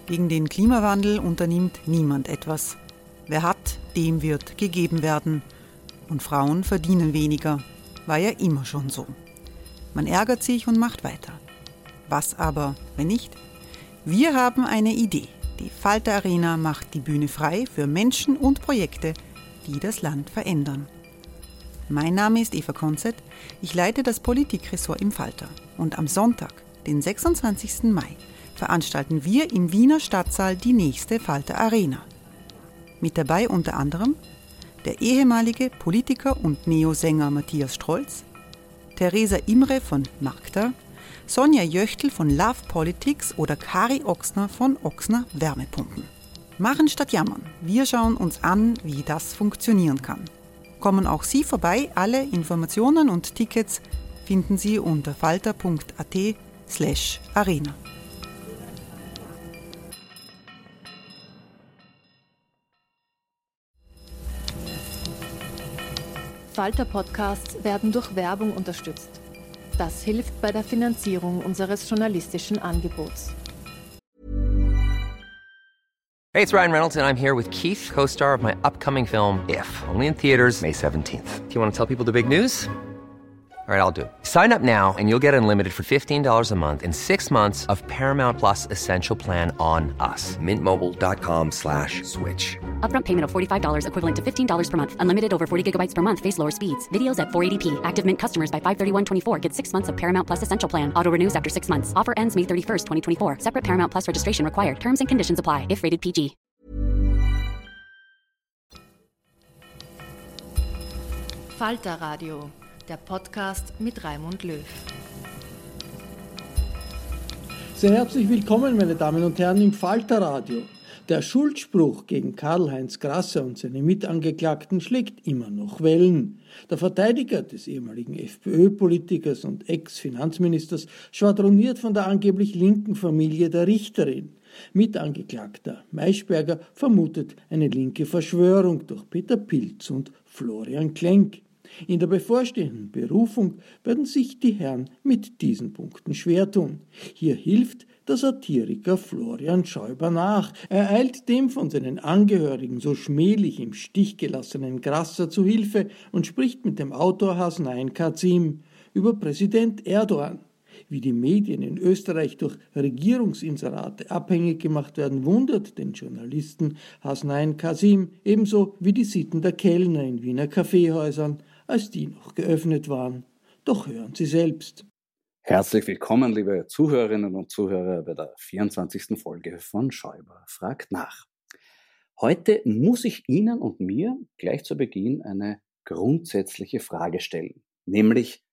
Gegen den Klimawandel unternimmt niemand etwas. Wer hat, dem wird gegeben werden. Und Frauen verdienen weniger. War ja immer schon so. Man ärgert sich und macht weiter. Was aber, wenn nicht? Wir haben eine Idee. Die Falter Arena macht die Bühne frei für Menschen und Projekte, die das Land verändern. Mein Name ist Eva Konzett, ich leite das Politikressort im Falter. Und am Sonntag, den 26. Mai, veranstalten wir im Wiener Stadtsaal die nächste Falter Arena. Mit dabei unter anderem der ehemalige Politiker und Neosänger Matthias Strolz, Theresa Imre von Magda, Sonja Jöchtl von Love Politics oder Kari Ochsner von Ochsner Wärmepumpen. Machen statt jammern. Wir schauen uns an, wie das funktionieren kann. Kommen auch Sie vorbei. Alle Informationen und Tickets finden Sie unter falter.at/arena. Falter-Podcasts werden durch Werbung unterstützt. Das hilft bei der Finanzierung unseres journalistischen Angebots. Hey, it's Ryan Reynolds, and I'm here with Keith, co-star of my upcoming film, If, only in theaters May 17th. Do you want to tell people the big news? All right, I'll do it. Sign up now and you'll get unlimited for $15 a month and 6 months of Paramount Plus Essential Plan on us. MintMobile.com/switch. Upfront payment of $45 equivalent to $15 per month. Unlimited over 40 gigabytes per month. Face lower speeds. Videos at 480p. Active Mint customers by 531.24 get 6 months of Paramount Plus Essential Plan. Auto renews after 6 months. Offer ends May 31st, 2024. Separate Paramount Plus registration required. Terms and conditions apply if rated PG. Falter Radio, der Podcast mit Raimund Löw. Sehr herzlich willkommen, meine Damen und Herren, im Falter Radio. Der Schuldspruch gegen Karl-Heinz Grasser und seine Mitangeklagten schlägt immer noch Wellen. Der Verteidiger des ehemaligen FPÖ-Politikers und Ex-Finanzministers schwadroniert von der angeblich linken Familie der Richterin. Mitangeklagter Maischberger vermutet eine linke Verschwörung durch Peter Pilz und Florian Klenk. In der bevorstehenden Berufung werden sich die Herren mit diesen Punkten schwer tun. Hier hilft der Satiriker Florian Schäuber nach. Er eilt dem von seinen Angehörigen so schmählich im Stich gelassenen Grasser zu Hilfe und spricht mit dem Autor Hasnain Kazim über Präsident Erdogan. Wie die Medien in Österreich durch Regierungsinserate abhängig gemacht werden, wundert den Journalisten Hasnain Kazim, ebenso wie die Sitten der Kellner in Wiener Kaffeehäusern, als die noch geöffnet waren. Doch hören Sie selbst. Herzlich willkommen, liebe Zuhörerinnen und Zuhörer, bei der 24. Folge von Schäuber fragt nach. Heute muss ich Ihnen und mir gleich zu Beginn eine grundsätzliche Frage stellen, nämlich: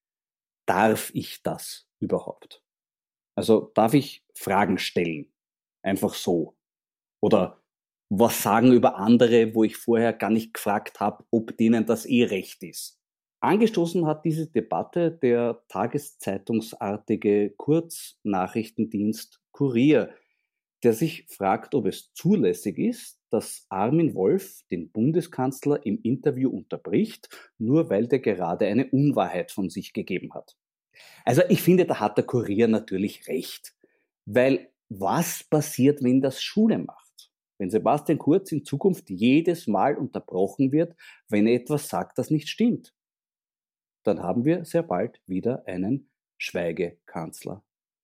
Darf ich das überhaupt? Also darf ich Fragen stellen? Einfach so. Oder was sagen über andere, wo ich vorher gar nicht gefragt habe, ob denen das recht ist? Angestoßen hat diese Debatte der tageszeitungsartige Kurznachrichtendienst Kurier, der sich fragt, ob es zulässig ist, dass Armin Wolf den Bundeskanzler im Interview unterbricht, nur weil der gerade eine Unwahrheit von sich gegeben hat. Also ich finde, da hat der Kurier natürlich recht. Weil was passiert, wenn das Schule macht? Wenn Sebastian Kurz in Zukunft jedes Mal unterbrochen wird, wenn er etwas sagt, das nicht stimmt? Dann haben wir sehr bald wieder einen Schweigekanzler.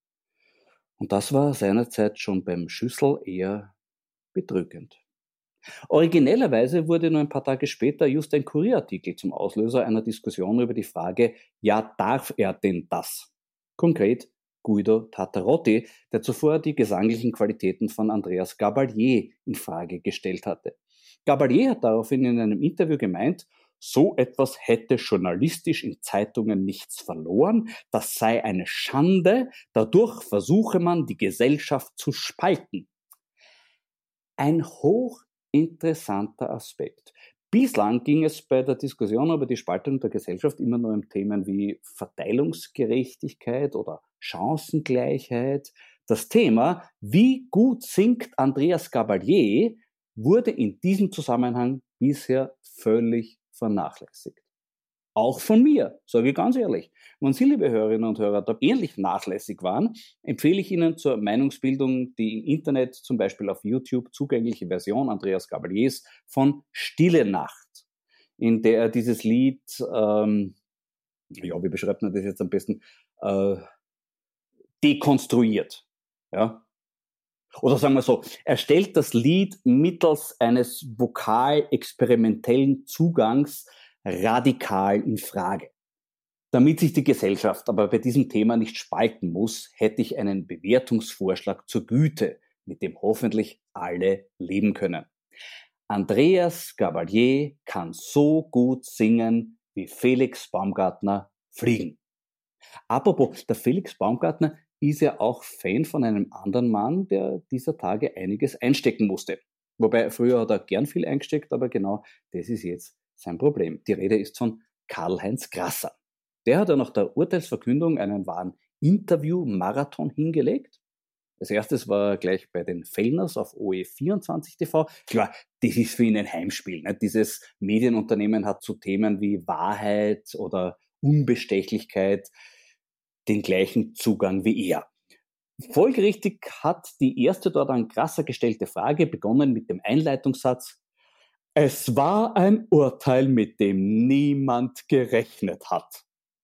Und das war seinerzeit schon beim Schüssel eher bedrückend. Originellerweise wurde nur ein paar Tage später just ein Kurierartikel zum Auslöser einer Diskussion über die Frage, ja, darf er denn das? Konkret Guido Tatarotti, der zuvor die gesanglichen Qualitäten von Andreas Gabalier in Frage gestellt hatte. Gabalier hat daraufhin in einem Interview gemeint, so etwas hätte journalistisch in Zeitungen nichts verloren, das sei eine Schande, dadurch versuche man, die Gesellschaft zu spalten. Ein hochinteressanter Aspekt. Bislang ging es bei der Diskussion über die Spaltung der Gesellschaft immer nur um Themen wie Verteilungsgerechtigkeit oder Chancengleichheit. Das Thema, wie gut singt Andreas Gabalier, wurde in diesem Zusammenhang bisher völlig vernachlässigt. Auch von mir, sage ich ganz ehrlich. Wenn Sie, liebe Hörerinnen und Hörer, da ähnlich nachlässig waren, empfehle ich Ihnen zur Meinungsbildung die im Internet, zum Beispiel auf YouTube, zugängliche Version Andreas Gabaliers von Stille Nacht, in der er dieses Lied, wie beschreibt man das jetzt am besten, dekonstruiert. Ja? Oder sagen wir so, er stellt das Lied mittels eines vokal-experimentellen Zugangs radikal in Frage. Damit sich die Gesellschaft aber bei diesem Thema nicht spalten muss, hätte ich einen Bewertungsvorschlag zur Güte, mit dem hoffentlich alle leben können. Andreas Gabalier kann so gut singen wie Felix Baumgartner fliegen. Apropos, der Felix Baumgartner ist ja auch Fan von einem anderen Mann, der dieser Tage einiges einstecken musste. Wobei, früher hat er gern viel eingesteckt, aber genau das ist jetzt sein Problem. Die Rede ist von Karl-Heinz Grasser. Der hat ja nach der Urteilsverkündung einen wahren Interview-Marathon hingelegt. Als erstes war er gleich bei den Fellners auf OE24 TV. Klar, das ist für ihn ein Heimspiel. Nicht? Dieses Medienunternehmen hat zu Themen wie Wahrheit oder Unbestechlichkeit den gleichen Zugang wie er. Folgerichtig hat die erste dort an Grasser gestellte Frage begonnen mit dem Einleitungssatz: Es war ein Urteil, mit dem niemand gerechnet hat.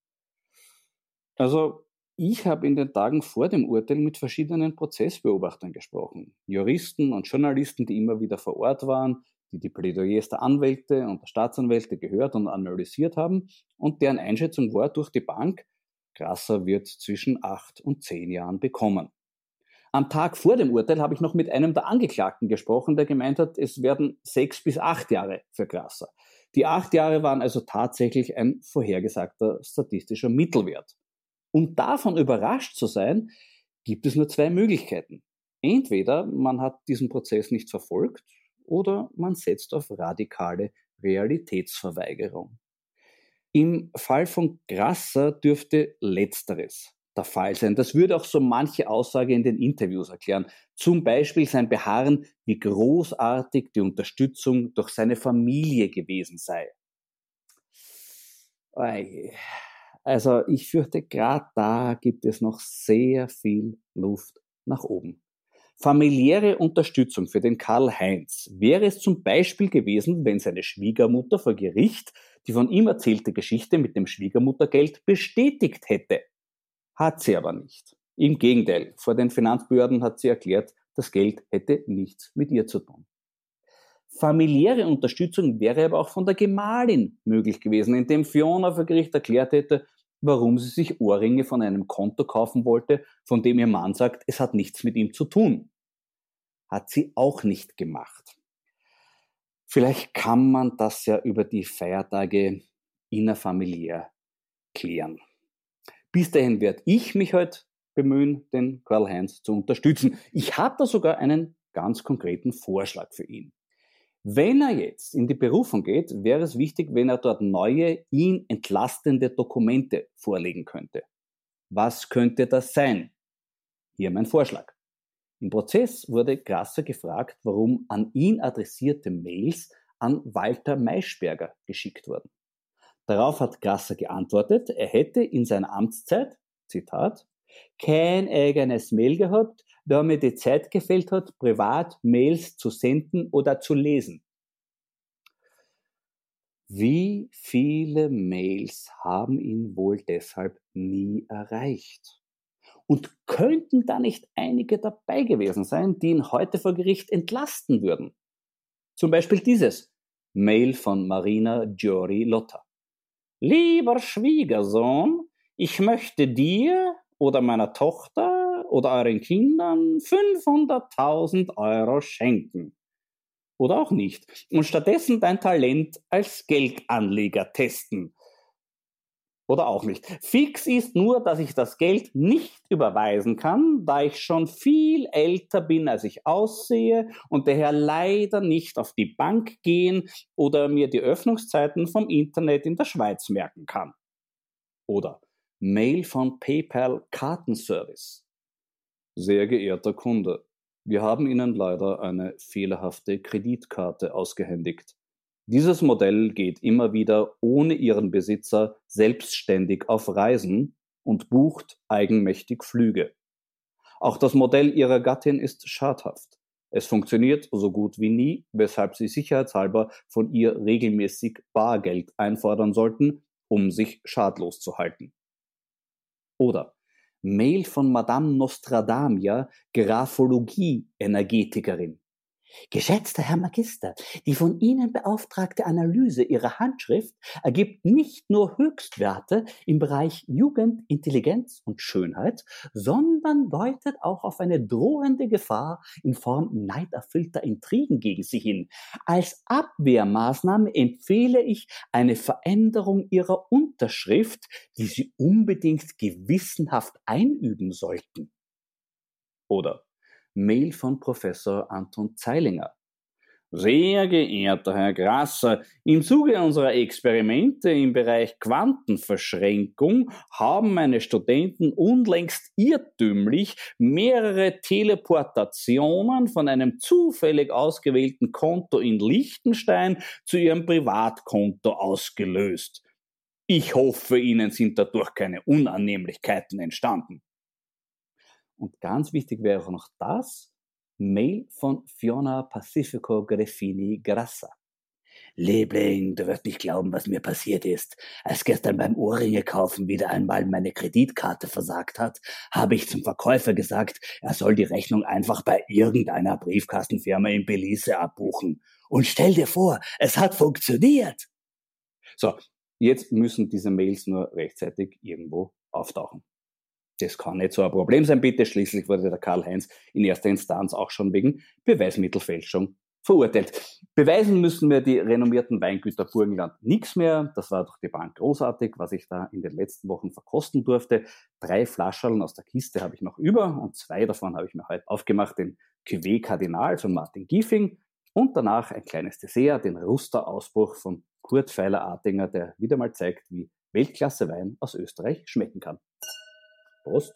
Also, ich habe in den Tagen vor dem Urteil mit verschiedenen Prozessbeobachtern gesprochen. Juristen und Journalisten, die immer wieder vor Ort waren, die die Plädoyers der Anwälte und der Staatsanwälte gehört und analysiert haben und deren Einschätzung war durch die Bank: Grasser wird zwischen 8 und 10 Jahren bekommen. Am Tag vor dem Urteil habe ich noch mit einem der Angeklagten gesprochen, der gemeint hat, es werden 6 bis 8 Jahre für Grasser. Die 8 Jahre waren also tatsächlich ein vorhergesagter statistischer Mittelwert. Um davon überrascht zu sein, gibt es nur 2 Möglichkeiten. Entweder man hat diesen Prozess nicht verfolgt oder man setzt auf radikale Realitätsverweigerung. Im Fall von Grasser dürfte Letzteres der Fall sein. Das würde auch so manche Aussage in den Interviews erklären. Zum Beispiel sein Beharren, wie großartig die Unterstützung durch seine Familie gewesen sei. Also ich fürchte, gerade da gibt es noch sehr viel Luft nach oben. Familiäre Unterstützung für den Karl-Heinz wäre es zum Beispiel gewesen, wenn seine Schwiegermutter vor Gericht die von ihm erzählte Geschichte mit dem Schwiegermuttergeld bestätigt hätte. Hat sie aber nicht. Im Gegenteil, vor den Finanzbehörden hat sie erklärt, das Geld hätte nichts mit ihr zu tun. Familiäre Unterstützung wäre aber auch von der Gemahlin möglich gewesen, indem Fiona vor Gericht erklärt hätte, warum sie sich Ohrringe von einem Konto kaufen wollte, von dem ihr Mann sagt, es hat nichts mit ihm zu tun. Hat sie auch nicht gemacht. Vielleicht kann man das ja über die Feiertage innerfamiliär klären. Bis dahin werde ich mich heute bemühen, den Karl-Heinz zu unterstützen. Ich habe da sogar einen ganz konkreten Vorschlag für ihn. Wenn er jetzt in die Berufung geht, wäre es wichtig, wenn er dort neue, ihn entlastende Dokumente vorlegen könnte. Was könnte das sein? Hier mein Vorschlag. Im Prozess wurde Grasser gefragt, warum an ihn adressierte Mails an Walter Maischberger geschickt wurden. Darauf hat Grasser geantwortet, er hätte in seiner Amtszeit, Zitat, kein eigenes Mail gehabt, da mir die Zeit gefehlt hat, privat Mails zu senden oder zu lesen. Wie viele Mails haben ihn wohl deshalb nie erreicht? Und könnten da nicht einige dabei gewesen sein, die ihn heute vor Gericht entlasten würden? Zum Beispiel dieses Mail von Marina Giori Lotta. Lieber Schwiegersohn, ich möchte dir oder meiner Tochter oder euren Kindern 500.000 Euro schenken. Oder auch nicht. Und stattdessen dein Talent als Geldanleger testen. Oder auch nicht. Fix ist nur, dass ich das Geld nicht überweisen kann, da ich schon viel älter bin, als ich aussehe und daher leider nicht auf die Bank gehen oder mir die Öffnungszeiten vom Internet in der Schweiz merken kann. Oder Mail von PayPal Kartenservice. Sehr geehrter Kunde, wir haben Ihnen leider eine fehlerhafte Kreditkarte ausgehändigt. Dieses Modell geht immer wieder ohne ihren Besitzer selbstständig auf Reisen und bucht eigenmächtig Flüge. Auch das Modell ihrer Gattin ist schadhaft. Es funktioniert so gut wie nie, weshalb sie sicherheitshalber von ihr regelmäßig Bargeld einfordern sollten, um sich schadlos zu halten. Oder Mail von Madame Nostradamia, Graphologie-Energetikerin. Geschätzter Herr Magister, die von Ihnen beauftragte Analyse Ihrer Handschrift ergibt nicht nur Höchstwerte im Bereich Jugend, Intelligenz und Schönheit, sondern deutet auch auf eine drohende Gefahr in Form neiderfüllter Intrigen gegen Sie hin. Als Abwehrmaßnahme empfehle ich eine Veränderung Ihrer Unterschrift, die Sie unbedingt gewissenhaft einüben sollten. Oder Mail von Professor Anton Zeilinger. Sehr geehrter Herr Grasser, im Zuge unserer Experimente im Bereich Quantenverschränkung haben meine Studenten unlängst irrtümlich mehrere Teleportationen von einem zufällig ausgewählten Konto in Liechtenstein zu ihrem Privatkonto ausgelöst. Ich hoffe, Ihnen sind dadurch keine Unannehmlichkeiten entstanden. Und ganz wichtig wäre auch noch das, Mail von Fiona Pacifico Greffini Grassa. Liebling, du wirst nicht glauben, was mir passiert ist. Als gestern beim Ohrringe kaufen wieder einmal meine Kreditkarte versagt hat, habe ich zum Verkäufer gesagt, er soll die Rechnung einfach bei irgendeiner Briefkastenfirma in Belize abbuchen. Und stell dir vor, es hat funktioniert. So, jetzt müssen diese Mails nur rechtzeitig irgendwo auftauchen. Das kann nicht so ein Problem sein, bitte. Schließlich wurde der Karl-Heinz in erster Instanz auch schon wegen Beweismittelfälschung verurteilt. Beweisen müssen mir die renommierten Weingüter Burgenland nichts mehr. Das war durch die Bank großartig, was ich da in den letzten Wochen verkosten durfte. 3 Flascherln aus der Kiste habe ich noch über und 2 davon habe ich mir heute aufgemacht, den Cuvée Kardinal von Martin Giefing und danach ein kleines Dessert, den Ruster-Ausbruch von Kurt Feiler-Artinger, der wieder mal zeigt, wie Weltklasse Wein aus Österreich schmecken kann. Prost.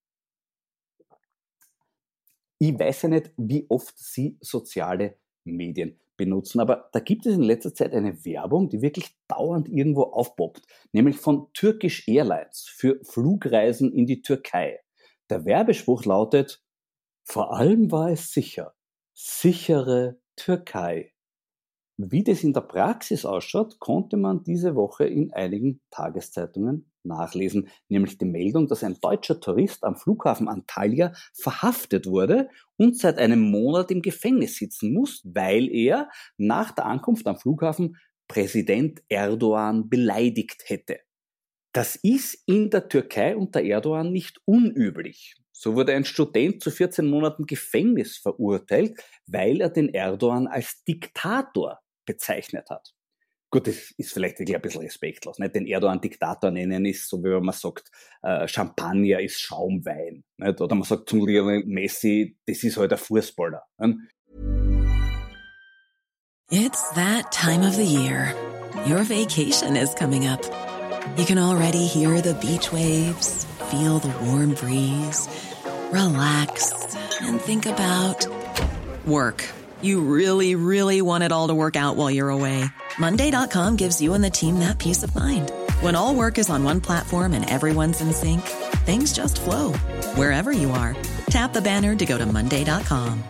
Ich weiß ja nicht, wie oft Sie soziale Medien benutzen, aber da gibt es in letzter Zeit eine Werbung, die wirklich dauernd irgendwo aufpoppt, nämlich von Turkish Airlines für Flugreisen in die Türkei. Der Werbespruch lautet: Vor allem war es sicher. Sichere Türkei. Wie das in der Praxis ausschaut, konnte man diese Woche in einigen Tageszeitungen nachlesen, nämlich die Meldung, dass ein deutscher Tourist am Flughafen Antalya verhaftet wurde und seit einem Monat im Gefängnis sitzen muss, weil er nach der Ankunft am Flughafen Präsident Erdogan beleidigt hätte. Das ist in der Türkei unter Erdogan nicht unüblich. So wurde ein Student zu 14 Monaten Gefängnis verurteilt, weil er den Erdogan als Diktator bezeichnet hat. Gut, das ist vielleicht ein bisschen respektlos. Nicht? Den Erdogan Diktator nennen ist so, wie man sagt, Champagner ist Schaumwein. Nicht? Oder man sagt zum Lionel Messi, das ist halt ein Fußballer. Nicht? It's that time of the year. Your vacation is coming up. You can already hear the beach waves, feel the warm breeze, relax and think about work. You really, really want it all to work out while you're away. Monday.com gives you and the team that peace of mind. When all work is on one platform and everyone's in sync, things just flow. Wherever you are, tap the banner to go to Monday.com.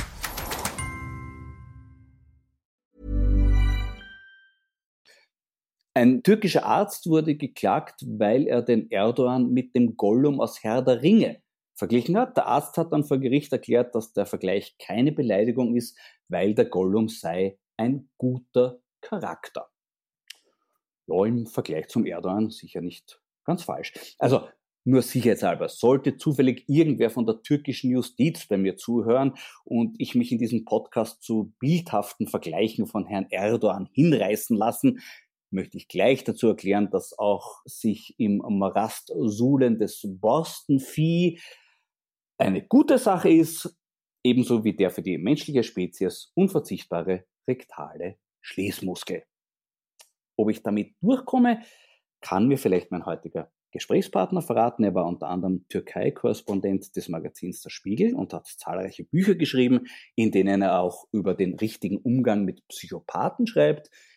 Ein türkischer Arzt wurde geklagt, weil er den Erdogan mit dem Gollum aus Herr der Ringe verglichen hat. Der Arzt hat dann vor Gericht erklärt, dass der Vergleich keine Beleidigung ist, weil der Gollum sei ein guter Charakter. Ja, im Vergleich zum Erdogan sicher nicht ganz falsch. Also nur sicherheitshalber, sollte zufällig irgendwer von der türkischen Justiz bei mir zuhören und ich mich in diesem Podcast zu bildhaften Vergleichen von Herrn Erdogan hinreißen lassen, möchte ich gleich dazu erklären, dass auch sich im Morast suhlendes Borstenvieh eine gute Sache ist, ebenso wie der für die menschliche Spezies unverzichtbare rektale Schließmuskel. Ob ich damit durchkomme, kann mir vielleicht mein heutiger Gesprächspartner verraten. Er war unter anderem Türkei-Korrespondent des Magazins Der Spiegel und hat zahlreiche Bücher geschrieben, in denen er auch über den richtigen Umgang mit Psychopathen schreibt.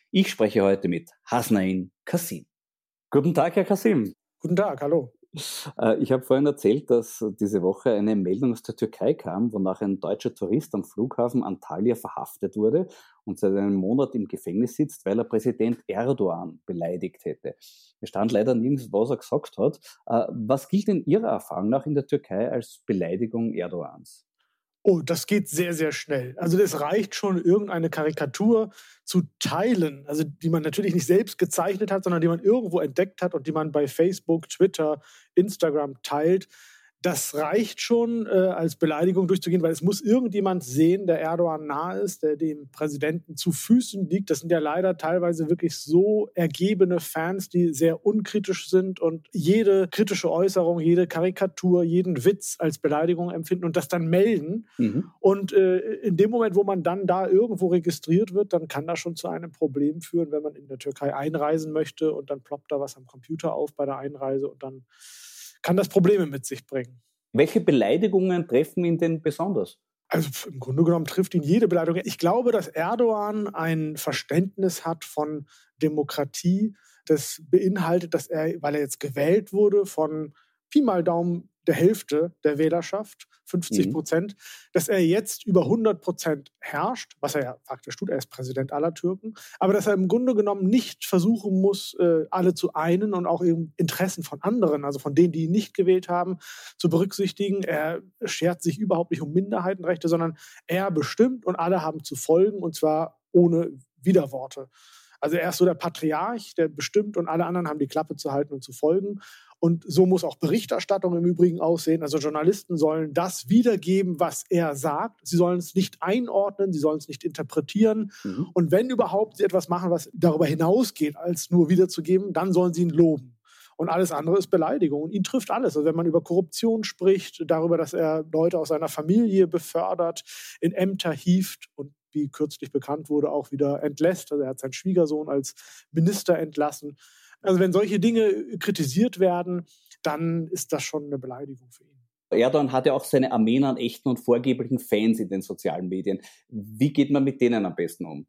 Ich spreche heute mit Hasnain Kasim. Guten Tag, Herr Kasim. Guten Tag, hallo. Ich habe vorhin erzählt, dass diese Woche eine Meldung aus der Türkei kam, wonach ein deutscher Tourist am Flughafen Antalya verhaftet wurde und seit einem Monat im Gefängnis sitzt, weil er Präsident Erdogan beleidigt hätte. Es stand leider nirgends, was er gesagt hat. Was gilt in Ihrer Erfahrung nach in der Türkei als Beleidigung Erdogans? Oh, das geht sehr, sehr schnell. Also es reicht schon, irgendeine Karikatur zu teilen, also die man natürlich nicht selbst gezeichnet hat, sondern die man irgendwo entdeckt hat und die man bei Facebook, Twitter, Instagram teilt. Das reicht schon, als Beleidigung durchzugehen, weil es muss irgendjemand sehen, der Erdogan nahe ist, der dem Präsidenten zu Füßen liegt. Das sind ja leider teilweise wirklich so ergebene Fans, die sehr unkritisch sind und jede kritische Äußerung, jede Karikatur, jeden Witz als Beleidigung empfinden und das dann melden. Und in dem Moment, wo man dann da irgendwo registriert wird, dann kann das schon zu einem Problem führen, wenn man in der Türkei einreisen möchte und dann ploppt da was am Computer auf bei der Einreise und dann kann das Probleme mit sich bringen. Welche Beleidigungen treffen ihn denn besonders? Also im Grunde genommen trifft ihn jede Beleidigung. Ich glaube, dass Erdogan ein Verständnis hat von Demokratie. Das beinhaltet, dass er, weil er jetzt gewählt wurde, von Pi mal Daumen der Hälfte der Wählerschaft, 50%, dass er jetzt über 100% herrscht, was er ja faktisch tut, er ist Präsident aller Türken, aber dass er im Grunde genommen nicht versuchen muss, alle zu einen und auch eben Interessen von anderen, also von denen, die ihn nicht gewählt haben, zu berücksichtigen. Er schert sich überhaupt nicht um Minderheitenrechte, sondern er bestimmt und alle haben zu folgen und zwar ohne Widerworte. Also er ist so der Patriarch, der bestimmt und alle anderen haben die Klappe zu halten und zu folgen. Und so muss auch Berichterstattung im Übrigen aussehen. Also Journalisten sollen das wiedergeben, was er sagt. Sie sollen es nicht einordnen, sie sollen es nicht interpretieren. Und wenn überhaupt sie etwas machen, was darüber hinausgeht, als nur wiederzugeben, dann sollen sie ihn loben. Und alles andere ist Beleidigung. Und ihn trifft alles. Also wenn man über Korruption spricht, darüber, dass er Leute aus seiner Familie befördert, in Ämter hieft und wie kürzlich bekannt wurde, auch wieder entlässt. Also er hat seinen Schwiegersohn als Minister entlassen. Also wenn solche Dinge kritisiert werden, dann ist das schon eine Beleidigung für ihn. Erdogan hat ja auch seine Armeen an echten und vorgeblichen Fans in den sozialen Medien. Wie geht man mit denen am besten um?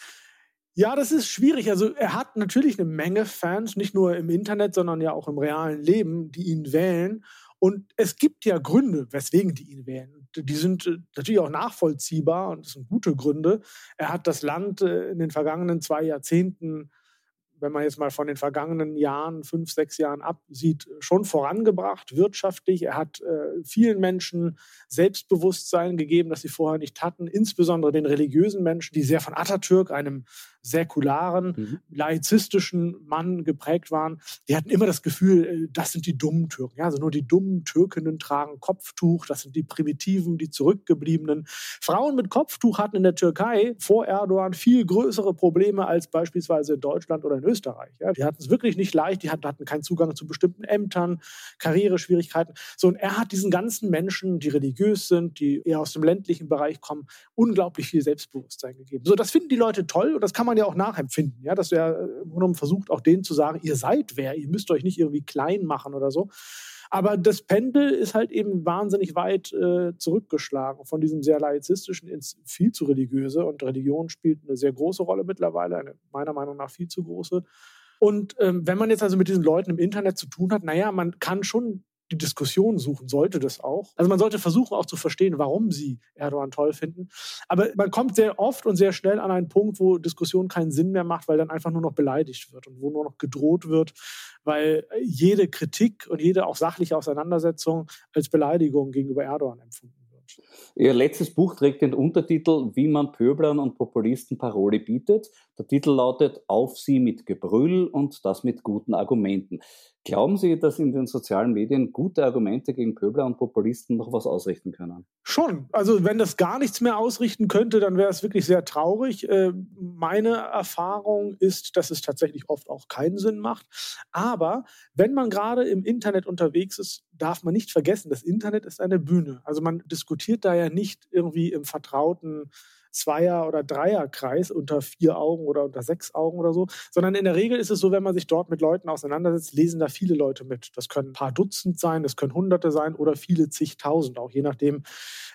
Ja, das ist schwierig. Also er hat natürlich eine Menge Fans, nicht nur im Internet, sondern ja auch im realen Leben, die ihn wählen. Und es gibt ja Gründe, weswegen die ihn wählen. Die sind natürlich auch nachvollziehbar und das sind gute Gründe. Er hat das Land in den vergangenen 2 Jahrzehnten, wenn man jetzt mal von den vergangenen Jahren, 5, 6 Jahren absieht, schon vorangebracht, wirtschaftlich. Er hat vielen Menschen Selbstbewusstsein gegeben, das sie vorher nicht hatten, insbesondere den religiösen Menschen, die sehr von Atatürk, einem säkularen, laizistischen Mann geprägt waren. Die hatten immer das Gefühl, das sind die dummen Türken. Ja, also nur die dummen Türkinnen tragen Kopftuch, das sind die Primitiven, die Zurückgebliebenen. Frauen mit Kopftuch hatten in der Türkei vor Erdogan viel größere Probleme als beispielsweise in Deutschland oder in Österreich. Ja, die hatten es wirklich nicht leicht, die hatten keinen Zugang zu bestimmten Ämtern, Karriereschwierigkeiten. So, und er hat diesen ganzen Menschen, die religiös sind, die eher aus dem ländlichen Bereich kommen, unglaublich viel Selbstbewusstsein gegeben. So, das finden die Leute toll und das kann man ja auch nachempfinden. Ja, dass er im Grunde versucht, auch denen zu sagen, ihr seid wer, ihr müsst euch nicht irgendwie klein machen oder so. Aber das Pendel ist halt eben wahnsinnig weit zurückgeschlagen von diesem sehr laizistischen ins viel zu religiöse. Und Religion spielt eine sehr große Rolle mittlerweile, eine meiner Meinung nach viel zu große. Und wenn man jetzt also mit diesen Leuten im Internet zu tun hat, naja, man kann schon die Diskussion suchen, sollte das auch. Also man sollte versuchen auch zu verstehen, warum sie Erdogan toll finden. Aber man kommt sehr oft und sehr schnell an einen Punkt, wo Diskussion keinen Sinn mehr macht, weil dann einfach nur noch beleidigt wird und wo nur noch gedroht wird, weil jede Kritik und jede auch sachliche Auseinandersetzung als Beleidigung gegenüber Erdogan empfunden wird. Ihr letztes Buch trägt den Untertitel »Wie man Pöblern und Populisten Paroli bietet«. Der Titel lautet »Auf sie mit Gebrüll und das mit guten Argumenten«. Glauben Sie, dass in den sozialen Medien gute Argumente gegen Pöbler und Populisten noch was ausrichten können? Schon. Also wenn das gar nichts mehr ausrichten könnte, dann wäre es wirklich sehr traurig. Meine Erfahrung ist, dass es tatsächlich oft auch keinen Sinn macht. Aber wenn man gerade im Internet unterwegs ist, darf man nicht vergessen, das Internet ist eine Bühne. Also man diskutiert da ja nicht irgendwie im vertrauten Zweier- oder Dreierkreis unter 4 Augen oder unter 6 Augen oder so, sondern in der Regel ist es so, wenn man sich dort mit Leuten auseinandersetzt, lesen da viele Leute mit. Das können ein paar Dutzend sein, das können Hunderte sein oder viele zigtausend, auch je nachdem,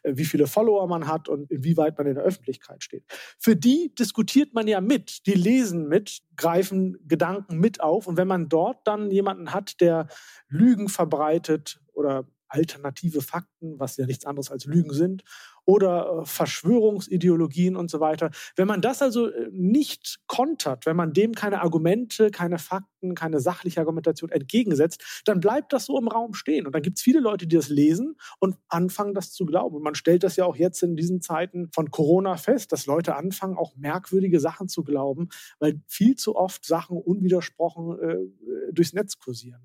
wie viele Follower man hat und inwieweit man in der Öffentlichkeit steht. Für die diskutiert man ja mit, die lesen mit, greifen Gedanken mit auf. Und wenn man dort dann jemanden hat, der Lügen verbreitet oder alternative Fakten, was ja nichts anderes als Lügen sind, oder Verschwörungsideologien und so weiter. Wenn man das also nicht kontert, wenn man dem keine Argumente, keine Fakten, keine sachliche Argumentation entgegensetzt, dann bleibt das so im Raum stehen. Und dann gibt es viele Leute, die das lesen und anfangen, das zu glauben. Und man stellt das ja auch jetzt in diesen Zeiten von Corona fest, dass Leute anfangen, auch merkwürdige Sachen zu glauben, weil viel zu oft Sachen unwidersprochen durchs Netz kursieren.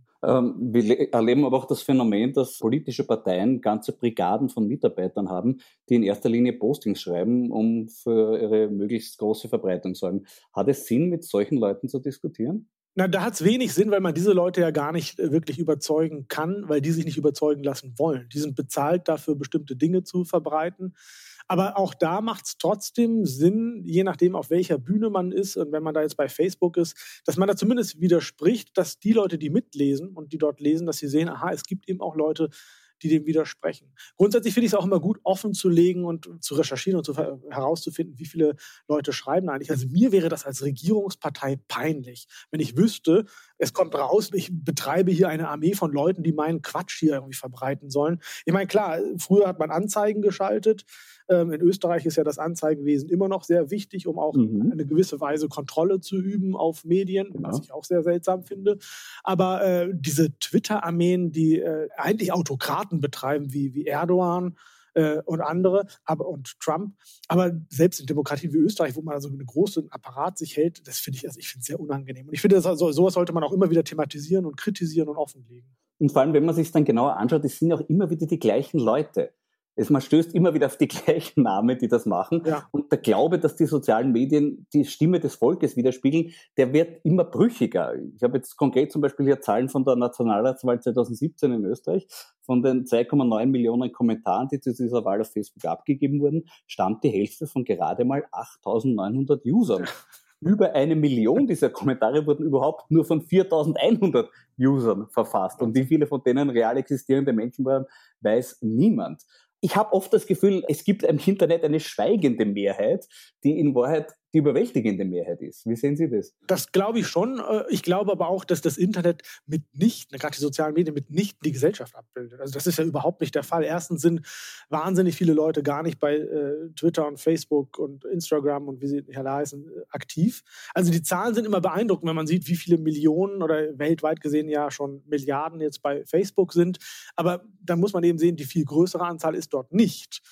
Wir erleben aber auch das Phänomen, dass politische Parteien ganze Brigaden von Mitarbeitern haben, die in erster Linie Postings schreiben, um für ihre möglichst große Verbreitung zu sorgen. Hat es Sinn, mit solchen Leuten zu diskutieren? Na, da hat es wenig Sinn, weil man diese Leute ja gar nicht wirklich überzeugen kann, weil die sich nicht überzeugen lassen wollen. Die sind bezahlt dafür, bestimmte Dinge zu verbreiten. Aber auch da macht es trotzdem Sinn, je nachdem, auf welcher Bühne man ist und wenn man da jetzt bei Facebook ist, dass man da zumindest widerspricht, dass die Leute, die mitlesen und die dort lesen, dass sie sehen, aha, es gibt eben auch Leute, die dem widersprechen. Grundsätzlich finde ich es auch immer gut, offen zu legen und zu recherchieren und herauszufinden, wie viele Leute schreiben eigentlich. Also mir wäre das als Regierungspartei peinlich, wenn ich wüsste, es kommt raus, ich betreibe hier eine Armee von Leuten, die meinen Quatsch hier irgendwie verbreiten sollen. Ich meine, klar, früher hat man Anzeigen geschaltet. In Österreich ist ja das Anzeigenwesen immer noch sehr wichtig, um auch eine gewisse Weise Kontrolle zu üben auf Medien, was ich auch sehr seltsam finde. Aber diese Twitter-Armeen, die eigentlich Autokraten betreiben, wie Erdogan und andere, und Trump, aber selbst in Demokratien wie Österreich, wo man also einen großen Apparat sich hält, das finde ich, also ich finde es sehr unangenehm. Und ich finde, sowas sollte man auch immer wieder thematisieren und kritisieren und offenlegen. Und vor allem, wenn man sich es dann genauer anschaut, es sind auch immer wieder die gleichen Leute. Man stößt immer wieder auf die gleichen Namen, die das machen. Ja. Und der Glaube, dass die sozialen Medien die Stimme des Volkes widerspiegeln, der wird immer brüchiger. Ich habe jetzt konkret zum Beispiel hier Zahlen von der Nationalratswahl 2017 in Österreich. Von den 2,9 Millionen Kommentaren, die zu dieser Wahl auf Facebook abgegeben wurden, stammt die Hälfte von gerade mal 8.900 Usern. Ja. Über 1 Million dieser Kommentare wurden überhaupt nur von 4.100 Usern verfasst. Und wie viele von denen real existierende Menschen waren, weiß niemand. Ich habe oft das Gefühl, es gibt im Internet eine schweigende Mehrheit, die in Wahrheit die überwältigende Mehrheit ist. Wie sehen Sie das? Das glaube ich schon. Ich glaube aber auch, dass das Internet mitnichten, gerade die sozialen Medien, mitnichten die Gesellschaft abbildet. Also das ist ja überhaupt nicht der Fall. Erstens sind wahnsinnig viele Leute gar nicht bei Twitter und Facebook und Instagram und wie sie alle heißen, aktiv. Also die Zahlen sind immer beeindruckend, wenn man sieht, wie viele Millionen oder weltweit gesehen ja schon Milliarden jetzt bei Facebook sind. Aber dann muss man eben sehen, die viel größere Anzahl ist dort nicht.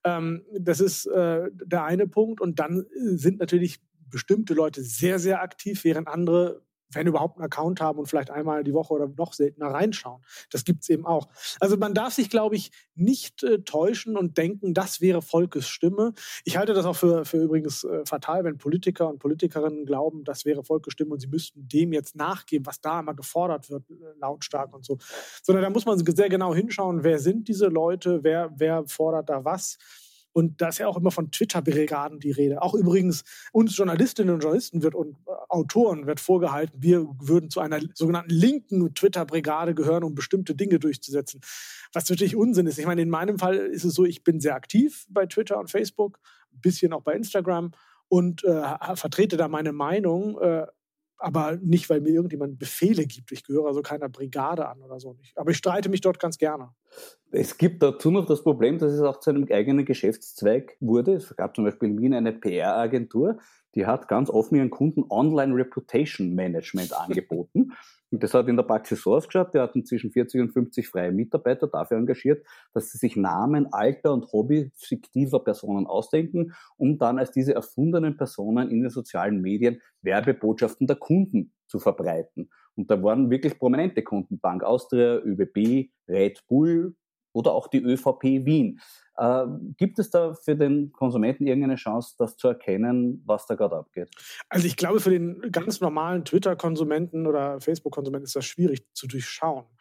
Das ist der eine Punkt. Und dann sind natürlich bestimmte Leute sehr, sehr aktiv, während andere, wenn überhaupt einen Account haben und vielleicht einmal die Woche oder noch seltener reinschauen. Das gibt es eben auch. Also man darf sich, glaube ich, nicht täuschen und denken, das wäre Volkes Stimme. Ich halte das auch für übrigens fatal, wenn Politiker und Politikerinnen glauben, das wäre Volkes Stimme und sie müssten dem jetzt nachgeben, was da immer gefordert wird, lautstark und so. Sondern da muss man sehr genau hinschauen, wer sind diese Leute, wer fordert da was. Und da ist ja auch immer von Twitter-Brigaden die Rede. Auch übrigens uns Journalistinnen und Journalisten und Autoren wird vorgehalten, wir würden zu einer sogenannten linken Twitter-Brigade gehören, um bestimmte Dinge durchzusetzen. Was natürlich Unsinn ist. Ich meine, in meinem Fall ist es so, ich bin sehr aktiv bei Twitter und Facebook, ein bisschen auch bei Instagram und vertrete da meine Meinung, aber nicht, weil mir irgendjemand Befehle gibt. Ich gehöre also keiner Brigade an oder so nicht. Aber ich streite mich dort ganz gerne. Es gibt dazu noch das Problem, dass es auch zu einem eigenen Geschäftszweig wurde. Es gab zum Beispiel in Wien eine PR-Agentur, die hat ganz offen ihren Kunden Online Reputation Management angeboten. Und das hat in der Praxis so ausgeschaut, die hatten zwischen 40 und 50 freie Mitarbeiter dafür engagiert, dass sie sich Namen, Alter und Hobby fiktiver Personen ausdenken, um dann als diese erfundenen Personen in den sozialen Medien Werbebotschaften der Kunden zu verbreiten. Und da waren wirklich prominente Kunden, Bank Austria, ÖBB, Red Bull oder auch die ÖVP Wien. Gibt es da für den Konsumenten irgendeine Chance, das zu erkennen, was da gerade abgeht? Also ich glaube, für den ganz normalen Twitter-Konsumenten oder Facebook-Konsumenten ist das schwierig zu durchschauen.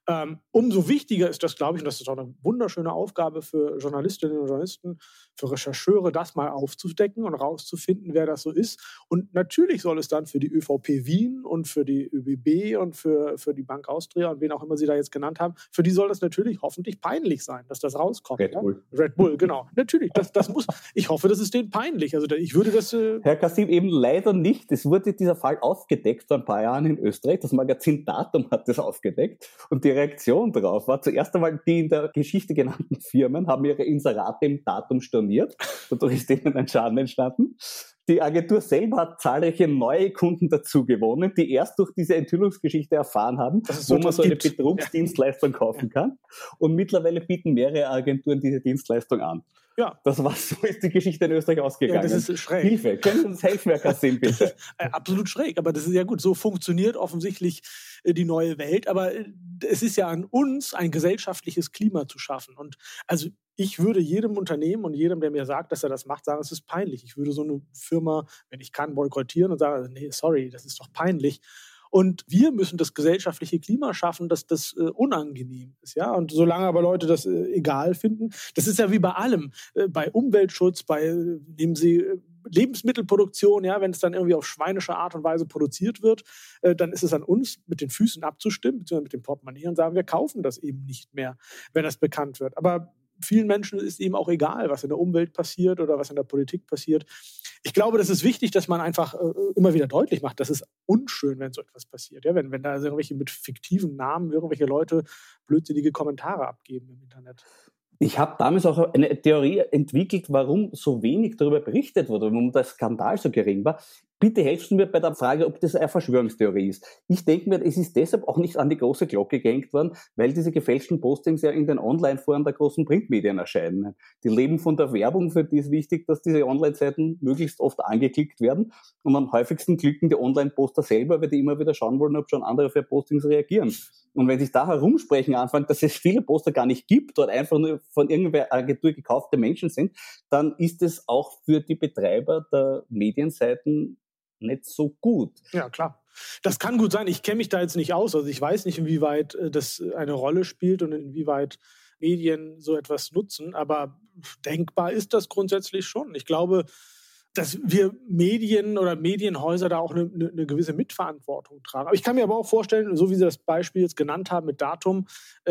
Umso wichtiger ist das, glaube ich, und das ist auch eine wunderschöne Aufgabe für Journalistinnen und Journalisten, für Rechercheure, das mal aufzudecken und rauszufinden, wer das so ist. Und natürlich soll es dann für die ÖVP Wien und für die ÖBB und für die Bank Austria und wen auch immer Sie da jetzt genannt haben, für die soll das natürlich hoffentlich peinlich sein, dass das rauskommt. Red Bull. Red Bull, genau. Natürlich, das muss, ich hoffe, das ist denen peinlich. Also ich würde das... Herr Kassim, eben leider nicht. Es wurde dieser Fall aufgedeckt vor ein paar Jahren in Österreich. Das Magazin Datum hat das aufgedeckt. Und die Reaktion darauf war zuerst einmal, die in der Geschichte genannten Firmen haben ihre Inserate im Datum storniert. Dadurch ist ihnen ein Schaden entstanden. Die Agentur selber hat zahlreiche neue Kunden dazu gewonnen, die erst durch diese Enthüllungsgeschichte erfahren haben, wo man so eine Betrugsdienstleistung kaufen kann. Und mittlerweile bieten mehrere Agenturen diese Dienstleistung an. Ja. So ist die Geschichte in Österreich ausgegangen. Ja, das ist schräg. Hilfe, können Sie uns helfen, Herr Kassim, bitte? Absolut schräg, aber das ist ja gut. So funktioniert offensichtlich die neue Welt. Aber es ist ja an uns, ein gesellschaftliches Klima zu schaffen. Und also ich würde jedem Unternehmen und jedem, der mir sagt, dass er das macht, sagen, es ist peinlich. Ich würde so eine Firma, wenn ich kann, boykottieren und sagen, nee, sorry, das ist doch peinlich. Und wir müssen das gesellschaftliche Klima schaffen, dass das unangenehm ist. Ja? Und solange aber Leute das egal finden, das ist ja wie bei allem, bei Umweltschutz, nehmen Sie Lebensmittelproduktion, ja, wenn es dann irgendwie auf schweinische Art und Weise produziert wird, dann ist es an uns, mit den Füßen abzustimmen, beziehungsweise mit dem Portemonnaie und sagen, wir kaufen das eben nicht mehr, wenn das bekannt wird. Aber vielen Menschen ist eben auch egal, was in der Umwelt passiert oder was in der Politik passiert. Ich glaube, das ist wichtig, dass man einfach immer wieder deutlich macht, das ist unschön, wenn so etwas passiert. Ja? Wenn da irgendwelche mit fiktiven Namen irgendwelche Leute blödsinnige Kommentare abgeben im Internet. Ich habe damals auch eine Theorie entwickelt, warum so wenig darüber berichtet wurde, warum der Skandal so gering war. Bitte helfen mir bei der Frage, ob das eine Verschwörungstheorie ist. Ich denke mir, es ist deshalb auch nicht an die große Glocke gehängt worden, weil diese gefälschten Postings ja in den Online-Foren der großen Printmedien erscheinen. Die leben von der Werbung, für die ist wichtig, dass diese Online-Seiten möglichst oft angeklickt werden. Und am häufigsten klicken die Online-Poster selber, weil die immer wieder schauen wollen, ob schon andere für Postings reagieren. Und wenn sich da herumsprechen anfangen, dass es viele Poster gar nicht gibt, dort einfach nur von irgendeiner Agentur gekaufte Menschen sind, dann ist es auch für die Betreiber der Medienseiten nicht so gut. Ja, klar. Das kann gut sein. Ich kenne mich da jetzt nicht aus. Also ich weiß nicht, inwieweit das eine Rolle spielt und inwieweit Medien so etwas nutzen. Aber denkbar ist das grundsätzlich schon. Ich glaube, dass wir Medien oder Medienhäuser da auch eine gewisse Mitverantwortung tragen. Aber ich kann mir aber auch vorstellen, so wie Sie das Beispiel jetzt genannt haben mit Datum,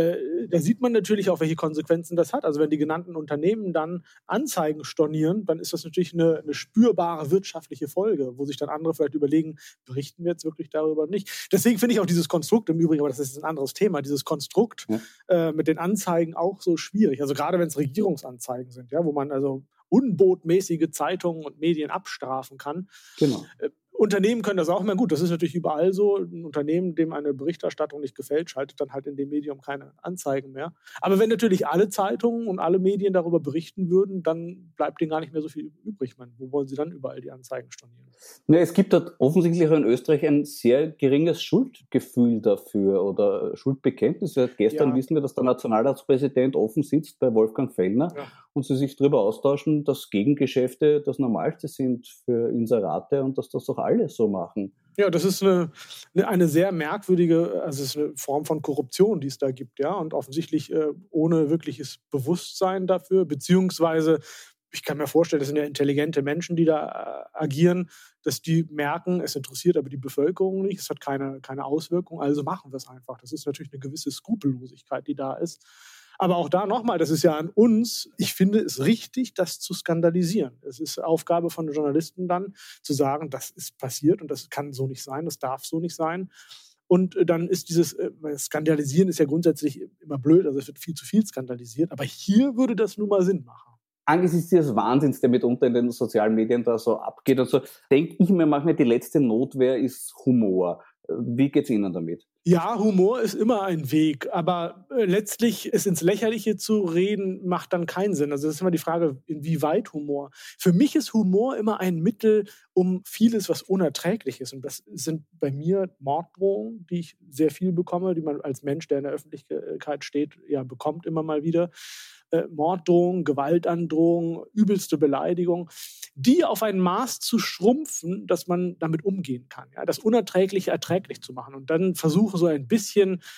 da sieht man natürlich auch, welche Konsequenzen das hat. Also wenn die genannten Unternehmen dann Anzeigen stornieren, dann ist das natürlich eine spürbare wirtschaftliche Folge, wo sich dann andere vielleicht überlegen, berichten wir jetzt wirklich darüber nicht. Deswegen finde ich auch dieses Konstrukt im Übrigen, aber das ist ein anderes Thema, dieses Konstrukt mit den Anzeigen auch so schwierig. Also gerade wenn es Regierungsanzeigen sind, ja, wo man also unbotmäßige Zeitungen und Medien abstrafen kann. Genau. Unternehmen können das auch mehr. Gut, das ist natürlich überall so. Ein Unternehmen, dem eine Berichterstattung nicht gefällt, schaltet dann halt in dem Medium keine Anzeigen mehr. Aber wenn natürlich alle Zeitungen und alle Medien darüber berichten würden, dann bleibt denen gar nicht mehr so viel übrig. Wo wollen sie dann überall die Anzeigen stornieren? Ja, es gibt dort offensichtlich auch in Österreich ein sehr geringes Schuldgefühl dafür oder Schuldbekenntnis. Seit gestern wissen wir, dass der Nationalratspräsident offen sitzt bei Wolfgang Fellner und sie sich darüber austauschen, dass Gegengeschäfte das Normalste sind für Inserate und dass das doch alle so machen. Ja, das ist eine sehr merkwürdige, also es ist eine Form von Korruption, die es da gibt, ja, und offensichtlich ohne wirkliches Bewusstsein dafür, beziehungsweise ich kann mir vorstellen, das sind ja intelligente Menschen, die da agieren, dass die merken, es interessiert aber die Bevölkerung nicht, es hat keine Auswirkung, also machen wir es einfach. Das ist natürlich eine gewisse Skrupellosigkeit, die da ist. Aber auch da nochmal, das ist ja an uns, ich finde es richtig, das zu skandalisieren. Es ist Aufgabe von Journalisten dann, zu sagen, das ist passiert und das kann so nicht sein, das darf so nicht sein. Und dann ist dieses Skandalisieren ist ja grundsätzlich immer blöd, also es wird viel zu viel skandalisiert, aber hier würde das nun mal Sinn machen. Angesichts dieses Wahnsinns, der mitunter in den sozialen Medien da so abgeht und so, denke ich mir manchmal, die letzte Notwehr ist Humor. Wie geht's Ihnen damit? Ja, Humor ist immer ein Weg, aber letztlich es ins Lächerliche zu reden, macht dann keinen Sinn. Also das ist immer die Frage, inwieweit Humor. Für mich ist Humor immer ein Mittel, um vieles, was unerträglich ist. Und das sind bei mir Morddrohungen, die ich sehr viel bekomme, die man als Mensch, der in der Öffentlichkeit steht, ja bekommt immer mal wieder. Morddrohungen, Gewaltandrohungen, übelste Beleidigung, die auf ein Maß zu schrumpfen, dass man damit umgehen kann. Ja? Das Unerträgliche erträglich zu machen und dann versuchen, so ein bisschen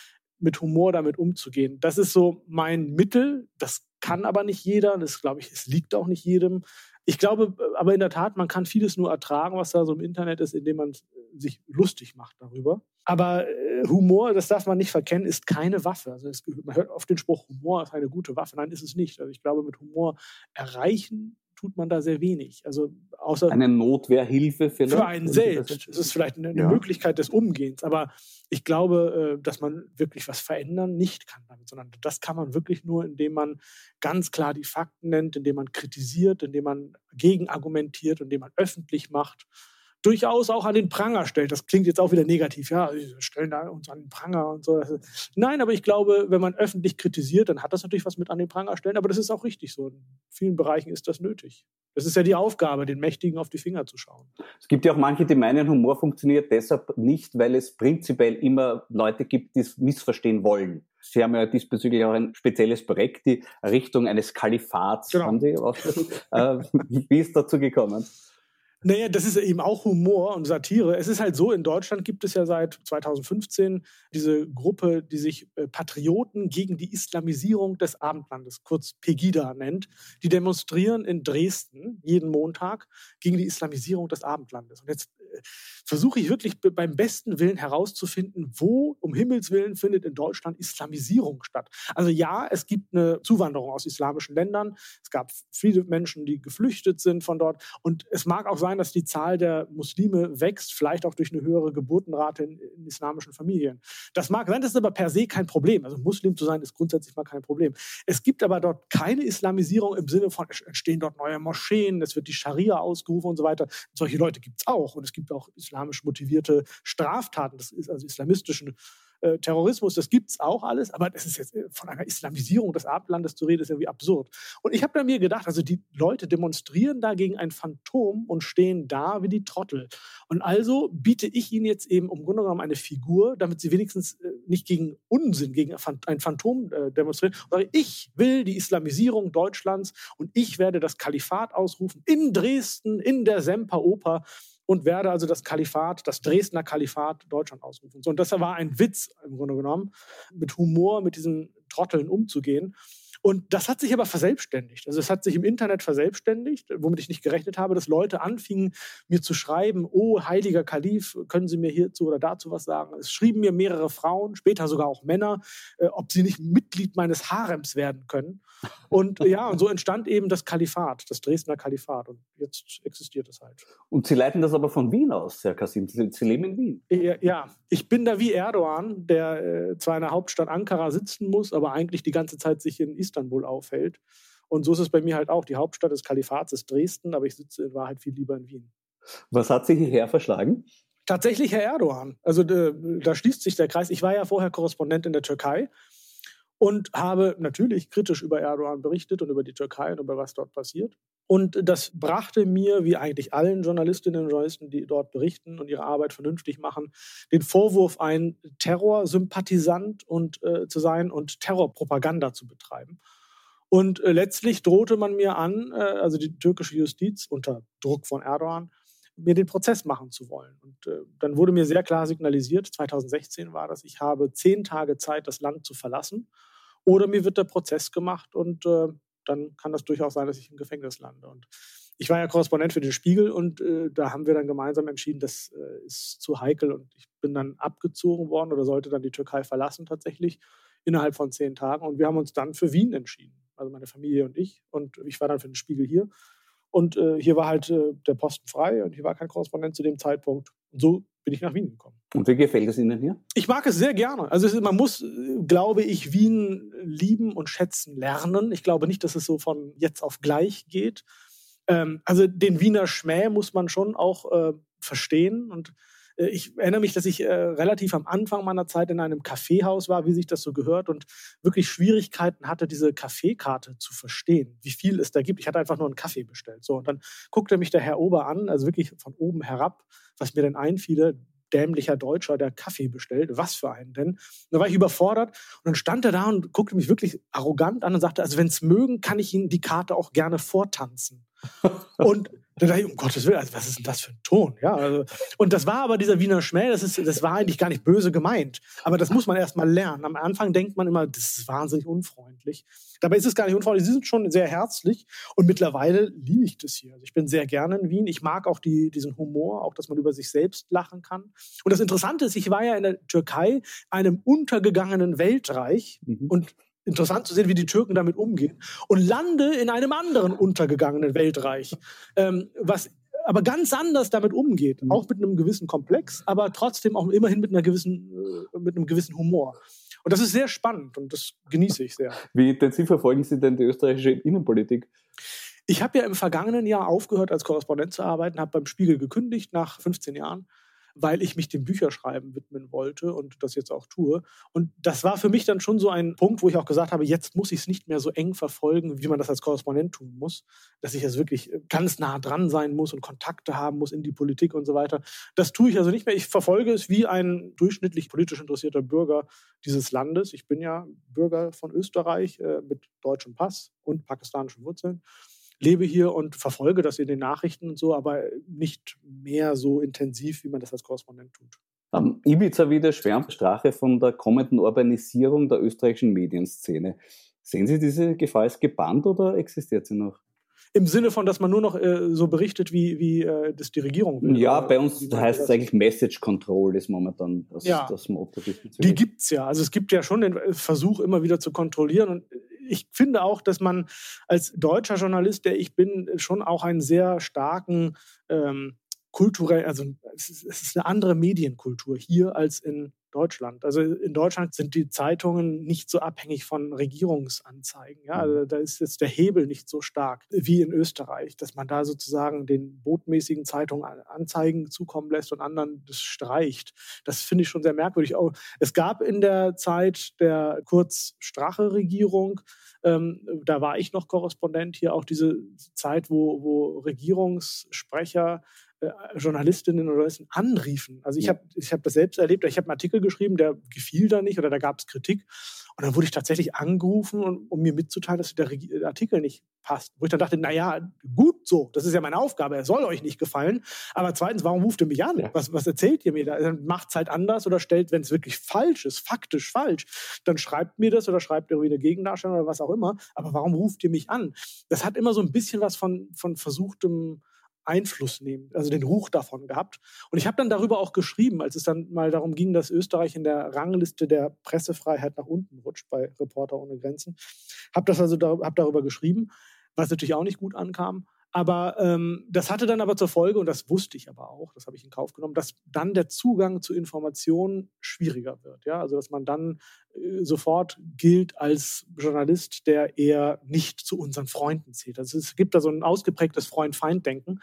mit Humor damit umzugehen. Das ist so mein Mittel. Das kann aber nicht jeder. Das glaube ich, es liegt auch nicht jedem. Ich glaube aber in der Tat, man kann vieles nur ertragen, was da so im Internet ist, indem man sich lustig macht darüber. Aber Humor, das darf man nicht verkennen, ist keine Waffe. Also man hört oft den Spruch, Humor ist eine gute Waffe. Nein, ist es nicht. Also ich glaube, mit Humor erreichen tut man da sehr wenig. Also außer eine Notwehrhilfe vielleicht? Für einen selbst. Es ist vielleicht eine Möglichkeit des Umgehens. Aber ich glaube, dass man wirklich was verändern nicht kann damit, sondern das kann man wirklich nur, indem man ganz klar die Fakten nennt, indem man kritisiert, indem man gegenargumentiert, indem man öffentlich macht. Durchaus auch an den Pranger stellt. Das klingt jetzt auch wieder negativ. Ja, wir stellen da uns an den Pranger und so. Nein, aber ich glaube, wenn man öffentlich kritisiert, dann hat das natürlich was mit an den Pranger stellen. Aber das ist auch richtig so. In vielen Bereichen ist das nötig. Das ist ja die Aufgabe, den Mächtigen auf die Finger zu schauen. Es gibt ja auch manche, die meinen, Humor funktioniert deshalb nicht, weil es prinzipiell immer Leute gibt, die es missverstehen wollen. Sie haben ja diesbezüglich auch ein spezielles Projekt, die Errichtung eines Kalifats. Genau. Haben Sie wie ist dazu gekommen? Naja, das ist eben auch Humor und Satire. Es ist halt so, in Deutschland gibt es ja seit 2015 diese Gruppe, die sich Patrioten gegen die Islamisierung des Abendlandes, kurz Pegida nennt. Die demonstrieren in Dresden jeden Montag gegen die Islamisierung des Abendlandes. Und jetzt versuche ich wirklich beim besten Willen herauszufinden, wo um Himmels Willen findet in Deutschland Islamisierung statt. Also ja, es gibt eine Zuwanderung aus islamischen Ländern. Es gab viele Menschen, die geflüchtet sind von dort. Und es mag auch sein, dass die Zahl der Muslime wächst, vielleicht auch durch eine höhere Geburtenrate in islamischen Familien. Das mag sein, das ist aber per se kein Problem. Also Muslim zu sein ist grundsätzlich mal kein Problem. Es gibt aber dort keine Islamisierung im Sinne von, es entstehen dort neue Moscheen, es wird die Scharia ausgerufen und so weiter. Solche Leute gibt es auch. Und es gibt auch islamisch motivierte Straftaten, das ist also islamistischen Terrorismus, das gibt es auch alles, aber das ist jetzt von einer Islamisierung des Abendlandes zu reden, ist irgendwie absurd. Und ich habe da mir gedacht, also die Leute demonstrieren da gegen ein Phantom und stehen da wie die Trottel. Und also biete ich ihnen jetzt eben im Grunde genommen eine Figur, damit sie wenigstens nicht gegen Unsinn, gegen ein Phantom demonstrieren. Und sage, ich will die Islamisierung Deutschlands und ich werde das Kalifat ausrufen in Dresden, in der Semperoper. Und werde also das Kalifat, das Dresdner Kalifat Deutschland ausrufen. Und das war ein Witz im Grunde genommen, mit Humor mit diesen Trotteln umzugehen. Und das hat sich aber verselbstständigt. Also es hat sich im Internet verselbstständigt, womit ich nicht gerechnet habe, dass Leute anfingen, mir zu schreiben, oh, heiliger Kalif, können Sie mir hierzu oder dazu was sagen? Es schrieben mir mehrere Frauen, später sogar auch Männer, ob sie nicht Mitglied meines Harems werden können. Und ja, und so entstand eben das Kalifat, das Dresdner Kalifat. Und jetzt existiert es halt. Und Sie leiten das aber von Wien aus, Herr Kasim. Sie leben in Wien. Ja, ich bin da wie Erdogan, der zwar in der Hauptstadt Ankara sitzen muss, aber eigentlich die ganze Zeit sich in Istanbul aufhält. Und so ist es bei mir halt auch. Die Hauptstadt des Kalifats ist Dresden, aber ich sitze in Wahrheit viel lieber in Wien. Was hat Sie hierher verschlagen? Tatsächlich Herr Erdogan. Also da schließt sich der Kreis. Ich war ja vorher Korrespondent in der Türkei und habe natürlich kritisch über Erdogan berichtet und über die Türkei und über was dort passiert. Und das brachte mir, wie eigentlich allen Journalistinnen und Journalisten, die dort berichten und ihre Arbeit vernünftig machen, den Vorwurf ein, Terrorsympathisant zu sein und Terrorpropaganda zu betreiben. Und letztlich drohte man mir an, also die türkische Justiz unter Druck von Erdogan, mir den Prozess machen zu wollen. Und dann wurde mir sehr klar signalisiert, 2016 war das, ich habe 10 Tage Zeit, das Land zu verlassen, oder mir wird der Prozess gemacht und dann kann das durchaus sein, dass ich im Gefängnis lande. Und ich war ja Korrespondent für den Spiegel und da haben wir dann gemeinsam entschieden, das ist zu heikel und ich bin dann abgezogen worden oder sollte dann die Türkei verlassen tatsächlich innerhalb von 10 Tagen und wir haben uns dann für Wien entschieden, also meine Familie und ich war dann für den Spiegel hier und hier war halt der Posten frei und hier war kein Korrespondent zu dem Zeitpunkt und so bin ich nach Wien gekommen. Und wie gefällt es Ihnen hier? Ich mag es sehr gerne. Also man muss, glaube ich, Wien lieben und schätzen lernen. Ich glaube nicht, dass es so von jetzt auf gleich geht. Also den Wiener Schmäh muss man schon auch verstehen. Und ich erinnere mich, dass ich relativ am Anfang meiner Zeit in einem Kaffeehaus war, wie sich das so gehört, und wirklich Schwierigkeiten hatte, diese Kaffeekarte zu verstehen, wie viel es da gibt. Ich hatte einfach nur einen Kaffee bestellt. So, und dann guckte mich der Herr Ober an, also wirklich von oben herab, was mir denn einfiele, dämlicher Deutscher, der Kaffee bestellt. Was für einen denn? Und da war ich überfordert und dann stand er da und guckte mich wirklich arrogant an und sagte, also wenn es mögen, kann ich Ihnen die Karte auch gerne vortanzen. Und da dachte ich, um Gottes Willen, also was ist denn das für ein Ton? Ja, also, und das war aber dieser Wiener Schmäh, das war eigentlich gar nicht böse gemeint. Aber das muss man erst mal lernen. Am Anfang denkt man immer, das ist wahnsinnig unfreundlich. Dabei ist es gar nicht unfreundlich. Sie sind schon sehr herzlich und mittlerweile liebe ich das hier. Also ich bin sehr gerne in Wien. Ich mag auch diesen Humor, auch dass man über sich selbst lachen kann. Und das Interessante ist, ich war ja in der Türkei, einem untergegangenen Weltreich und interessant zu sehen, wie die Türken damit umgehen und lande in einem anderen untergegangenen Weltreich, was aber ganz anders damit umgeht, auch mit einem gewissen Komplex, aber trotzdem auch immerhin mit einem gewissen Humor. Und das ist sehr spannend und das genieße ich sehr. Wie intensiv verfolgen Sie denn die österreichische Innenpolitik? Ich habe ja im vergangenen Jahr aufgehört, als Korrespondent zu arbeiten, habe beim Spiegel gekündigt nach 15 Jahren, weil ich mich dem Bücherschreiben widmen wollte und das jetzt auch tue. Und das war für mich dann schon so ein Punkt, wo ich auch gesagt habe, jetzt muss ich es nicht mehr so eng verfolgen, wie man das als Korrespondent tun muss, dass ich also wirklich ganz nah dran sein muss und Kontakte haben muss in die Politik und so weiter. Das tue ich also nicht mehr. Ich verfolge es wie ein durchschnittlich politisch interessierter Bürger dieses Landes. Ich bin ja Bürger von Österreich mit deutschem Pass und pakistanischen Wurzeln. Lebe hier und verfolge das in den Nachrichten und so, aber nicht mehr so intensiv, wie man das als Korrespondent tut. Ibiza wieder schwärmt Strache von der kommenden Urbanisierung der österreichischen Medienszene. Sehen Sie diese Gefahr als gebannt oder existiert sie noch? Im Sinne von, dass man nur noch so berichtet, wie das die Regierung will? Ja, bei uns heißt es eigentlich Message Control, ist momentan das Motto. Die gibt es ja. Also es gibt ja schon den Versuch, immer wieder zu kontrollieren. Und ich finde auch, dass man als deutscher Journalist, der ich bin, schon auch einen sehr starken kulturell, also es ist eine andere Medienkultur hier als in Deutschland. Also in Deutschland sind die Zeitungen nicht so abhängig von Regierungsanzeigen. Ja? Also da ist jetzt der Hebel nicht so stark wie in Österreich, dass man da sozusagen den botmäßigen Zeitungen Anzeigen zukommen lässt und anderen das streicht. Das finde ich schon sehr merkwürdig. Es gab in der Zeit der Kurz-Strache-Regierung, da war ich noch Korrespondent hier, auch diese Zeit, wo Regierungssprecher Journalistinnen oder Journalisten anriefen. Also ich hab das selbst erlebt. Ich habe einen Artikel geschrieben, der gefiel da nicht oder da gab es Kritik. Und dann wurde ich tatsächlich angerufen, um mir mitzuteilen, dass der Artikel nicht passt. Wo ich dann dachte, naja, gut so, das ist ja meine Aufgabe, er soll euch nicht gefallen. Aber zweitens, warum ruft ihr mich an? Ja. Was erzählt ihr mir da? Dann macht es halt anders oder stellt, wenn es wirklich falsch ist, faktisch falsch, dann schreibt mir das oder schreibt irgendwie eine Gegendarstellung oder was auch immer. Aber warum ruft ihr mich an? Das hat immer so ein bisschen was von versuchtem Einfluss nehmen, also den Ruch davon gehabt. Und ich habe dann darüber auch geschrieben, als es dann mal darum ging, dass Österreich in der Rangliste der Pressefreiheit nach unten rutscht bei Reporter ohne Grenzen. Hab darüber geschrieben, was natürlich auch nicht gut ankam. Aber das hatte dann aber zur Folge, und das wusste ich aber auch, das habe ich in Kauf genommen, dass dann der Zugang zu Informationen schwieriger wird. Ja? Also dass man dann sofort gilt als Journalist, der eher nicht zu unseren Freunden zählt. Also es gibt da so ein ausgeprägtes Freund-Feind-Denken.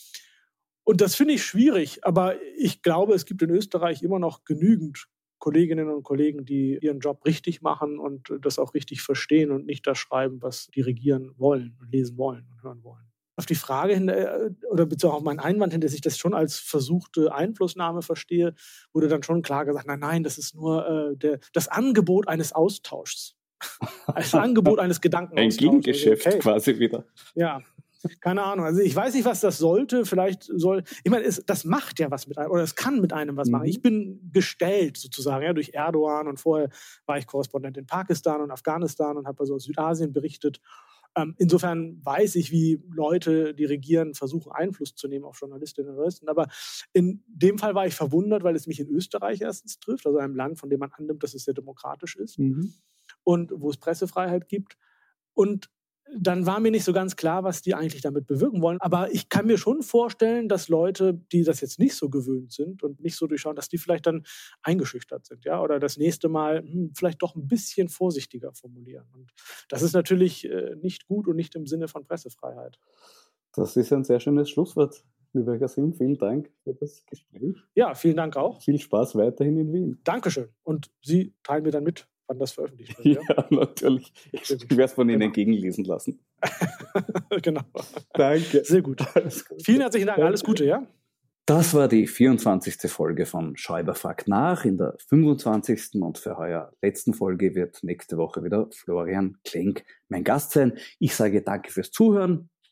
Und das finde ich schwierig, aber ich glaube, es gibt in Österreich immer noch genügend Kolleginnen und Kollegen, die ihren Job richtig machen und das auch richtig verstehen und nicht das schreiben, was die regieren wollen und lesen wollen und hören wollen. Auf die Frage hin, oder beziehungsweise auf meinen Einwand hin, dass ich das schon als versuchte Einflussnahme verstehe, wurde dann schon klar gesagt, nein, das ist nur das Angebot eines Austauschs. Als Angebot eines Gedankenaustauschs. Ein Gegengeschäft quasi wieder. Ja, keine Ahnung. Also ich weiß nicht, was das sollte. Ich meine, das macht ja was mit einem, oder es kann mit einem was machen. Ich bin gestellt sozusagen, ja, durch Erdogan, und vorher war ich Korrespondent in Pakistan und Afghanistan und habe also aus Südasien berichtet. Insofern weiß ich, wie Leute, die regieren, versuchen, Einfluss zu nehmen auf Journalistinnen und Journalisten. Aber in dem Fall war ich verwundert, weil es mich in Österreich erstens trifft, also einem Land, von dem man annimmt, dass es sehr demokratisch ist und wo es Pressefreiheit gibt. Und dann war mir nicht so ganz klar, was die eigentlich damit bewirken wollen. Aber ich kann mir schon vorstellen, dass Leute, die das jetzt nicht so gewöhnt sind und nicht so durchschauen, dass die vielleicht dann eingeschüchtert sind, ja, oder das nächste Mal vielleicht doch ein bisschen vorsichtiger formulieren. Und das ist natürlich nicht gut und nicht im Sinne von Pressefreiheit. Das ist ein sehr schönes Schlusswort, lieber Kasim. Vielen Dank für das Gespräch. Ja, vielen Dank auch. Viel Spaß weiterhin in Wien. Dankeschön. Und Sie teilen mir dann mit, wann das veröffentlicht wird. Ja, natürlich. Ich werde es von Ihnen gegenlesen lassen. Genau. Danke. Sehr gut. Vielen herzlichen Dank. Alles Gute, ja? Das war die 24. Folge von Schäuber fragt nach. In der 25. und für heuer letzten Folge wird nächste Woche wieder Florian Klenk mein Gast sein. Ich sage danke fürs Zuhören und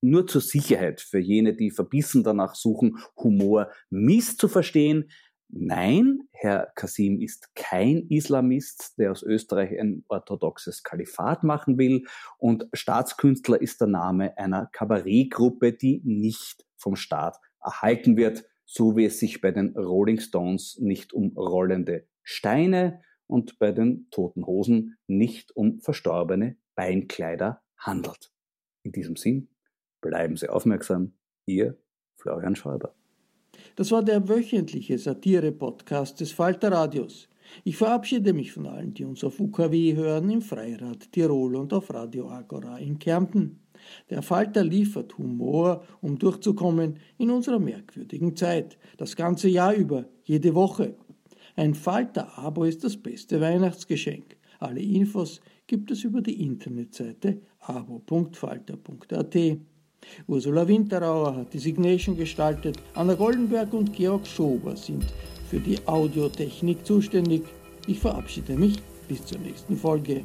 nur zur Sicherheit für jene, die verbissen danach suchen, Humor misszuverstehen. Nein, Herr Kasim ist kein Islamist, der aus Österreich ein orthodoxes Kalifat machen will, und Staatskünstler ist der Name einer Kabarettgruppe, die nicht vom Staat erhalten wird, so wie es sich bei den Rolling Stones nicht um rollende Steine und bei den Toten Hosen nicht um verstorbene Beinkleider handelt. In diesem Sinn, bleiben Sie aufmerksam, Ihr Florian Schäuber. Das war der wöchentliche Satire-Podcast des Falter-Radios. Ich verabschiede mich von allen, die uns auf UKW hören, im Freirad Tirol und auf Radio Agora in Kärnten. Der Falter liefert Humor, um durchzukommen in unserer merkwürdigen Zeit. Das ganze Jahr über, jede Woche. Ein Falter-Abo ist das beste Weihnachtsgeschenk. Alle Infos gibt es über die Internetseite abo.falter.at. Ursula Winterauer hat die Signation gestaltet, Anna Goldenberg und Georg Schober sind für die Audiotechnik zuständig. Ich verabschiede mich bis zur nächsten Folge.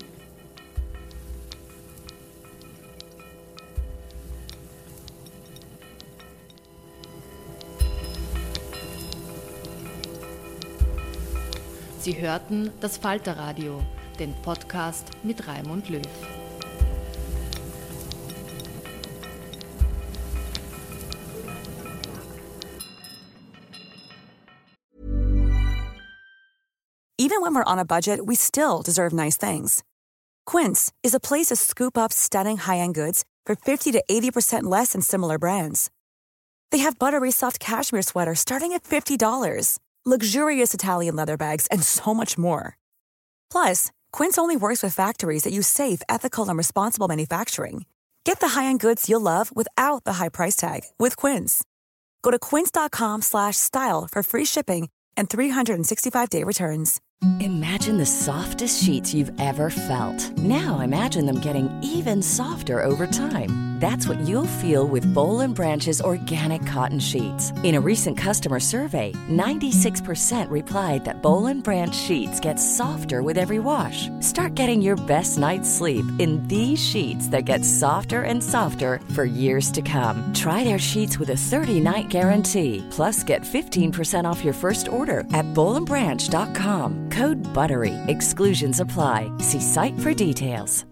Sie hörten das Falterradio, den Podcast mit Raimund Löw. Even when we're on a budget, we still deserve nice things. Quince is a place to scoop up stunning high-end goods for 50 to 80% less than similar brands. They have buttery soft cashmere sweaters starting at $50, luxurious Italian leather bags, and so much more. Plus, Quince only works with factories that use safe, ethical, and responsible manufacturing. Get the high-end goods you'll love without the high price tag with Quince. Go to quince.com/style for free shipping and 365-day returns. Imagine the softest sheets you've ever felt. Now imagine them getting even softer over time. That's what you'll feel with Boll & Branch's organic cotton sheets. In a recent customer survey, 96% replied that Boll & Branch sheets get softer with every wash. Start getting your best night's sleep in these sheets that get softer and softer for years to come. Try their sheets with a 30-night guarantee. Plus, get 15% off your first order at bollandbranch.com. Code BUTTERY. Exclusions apply. See site for details.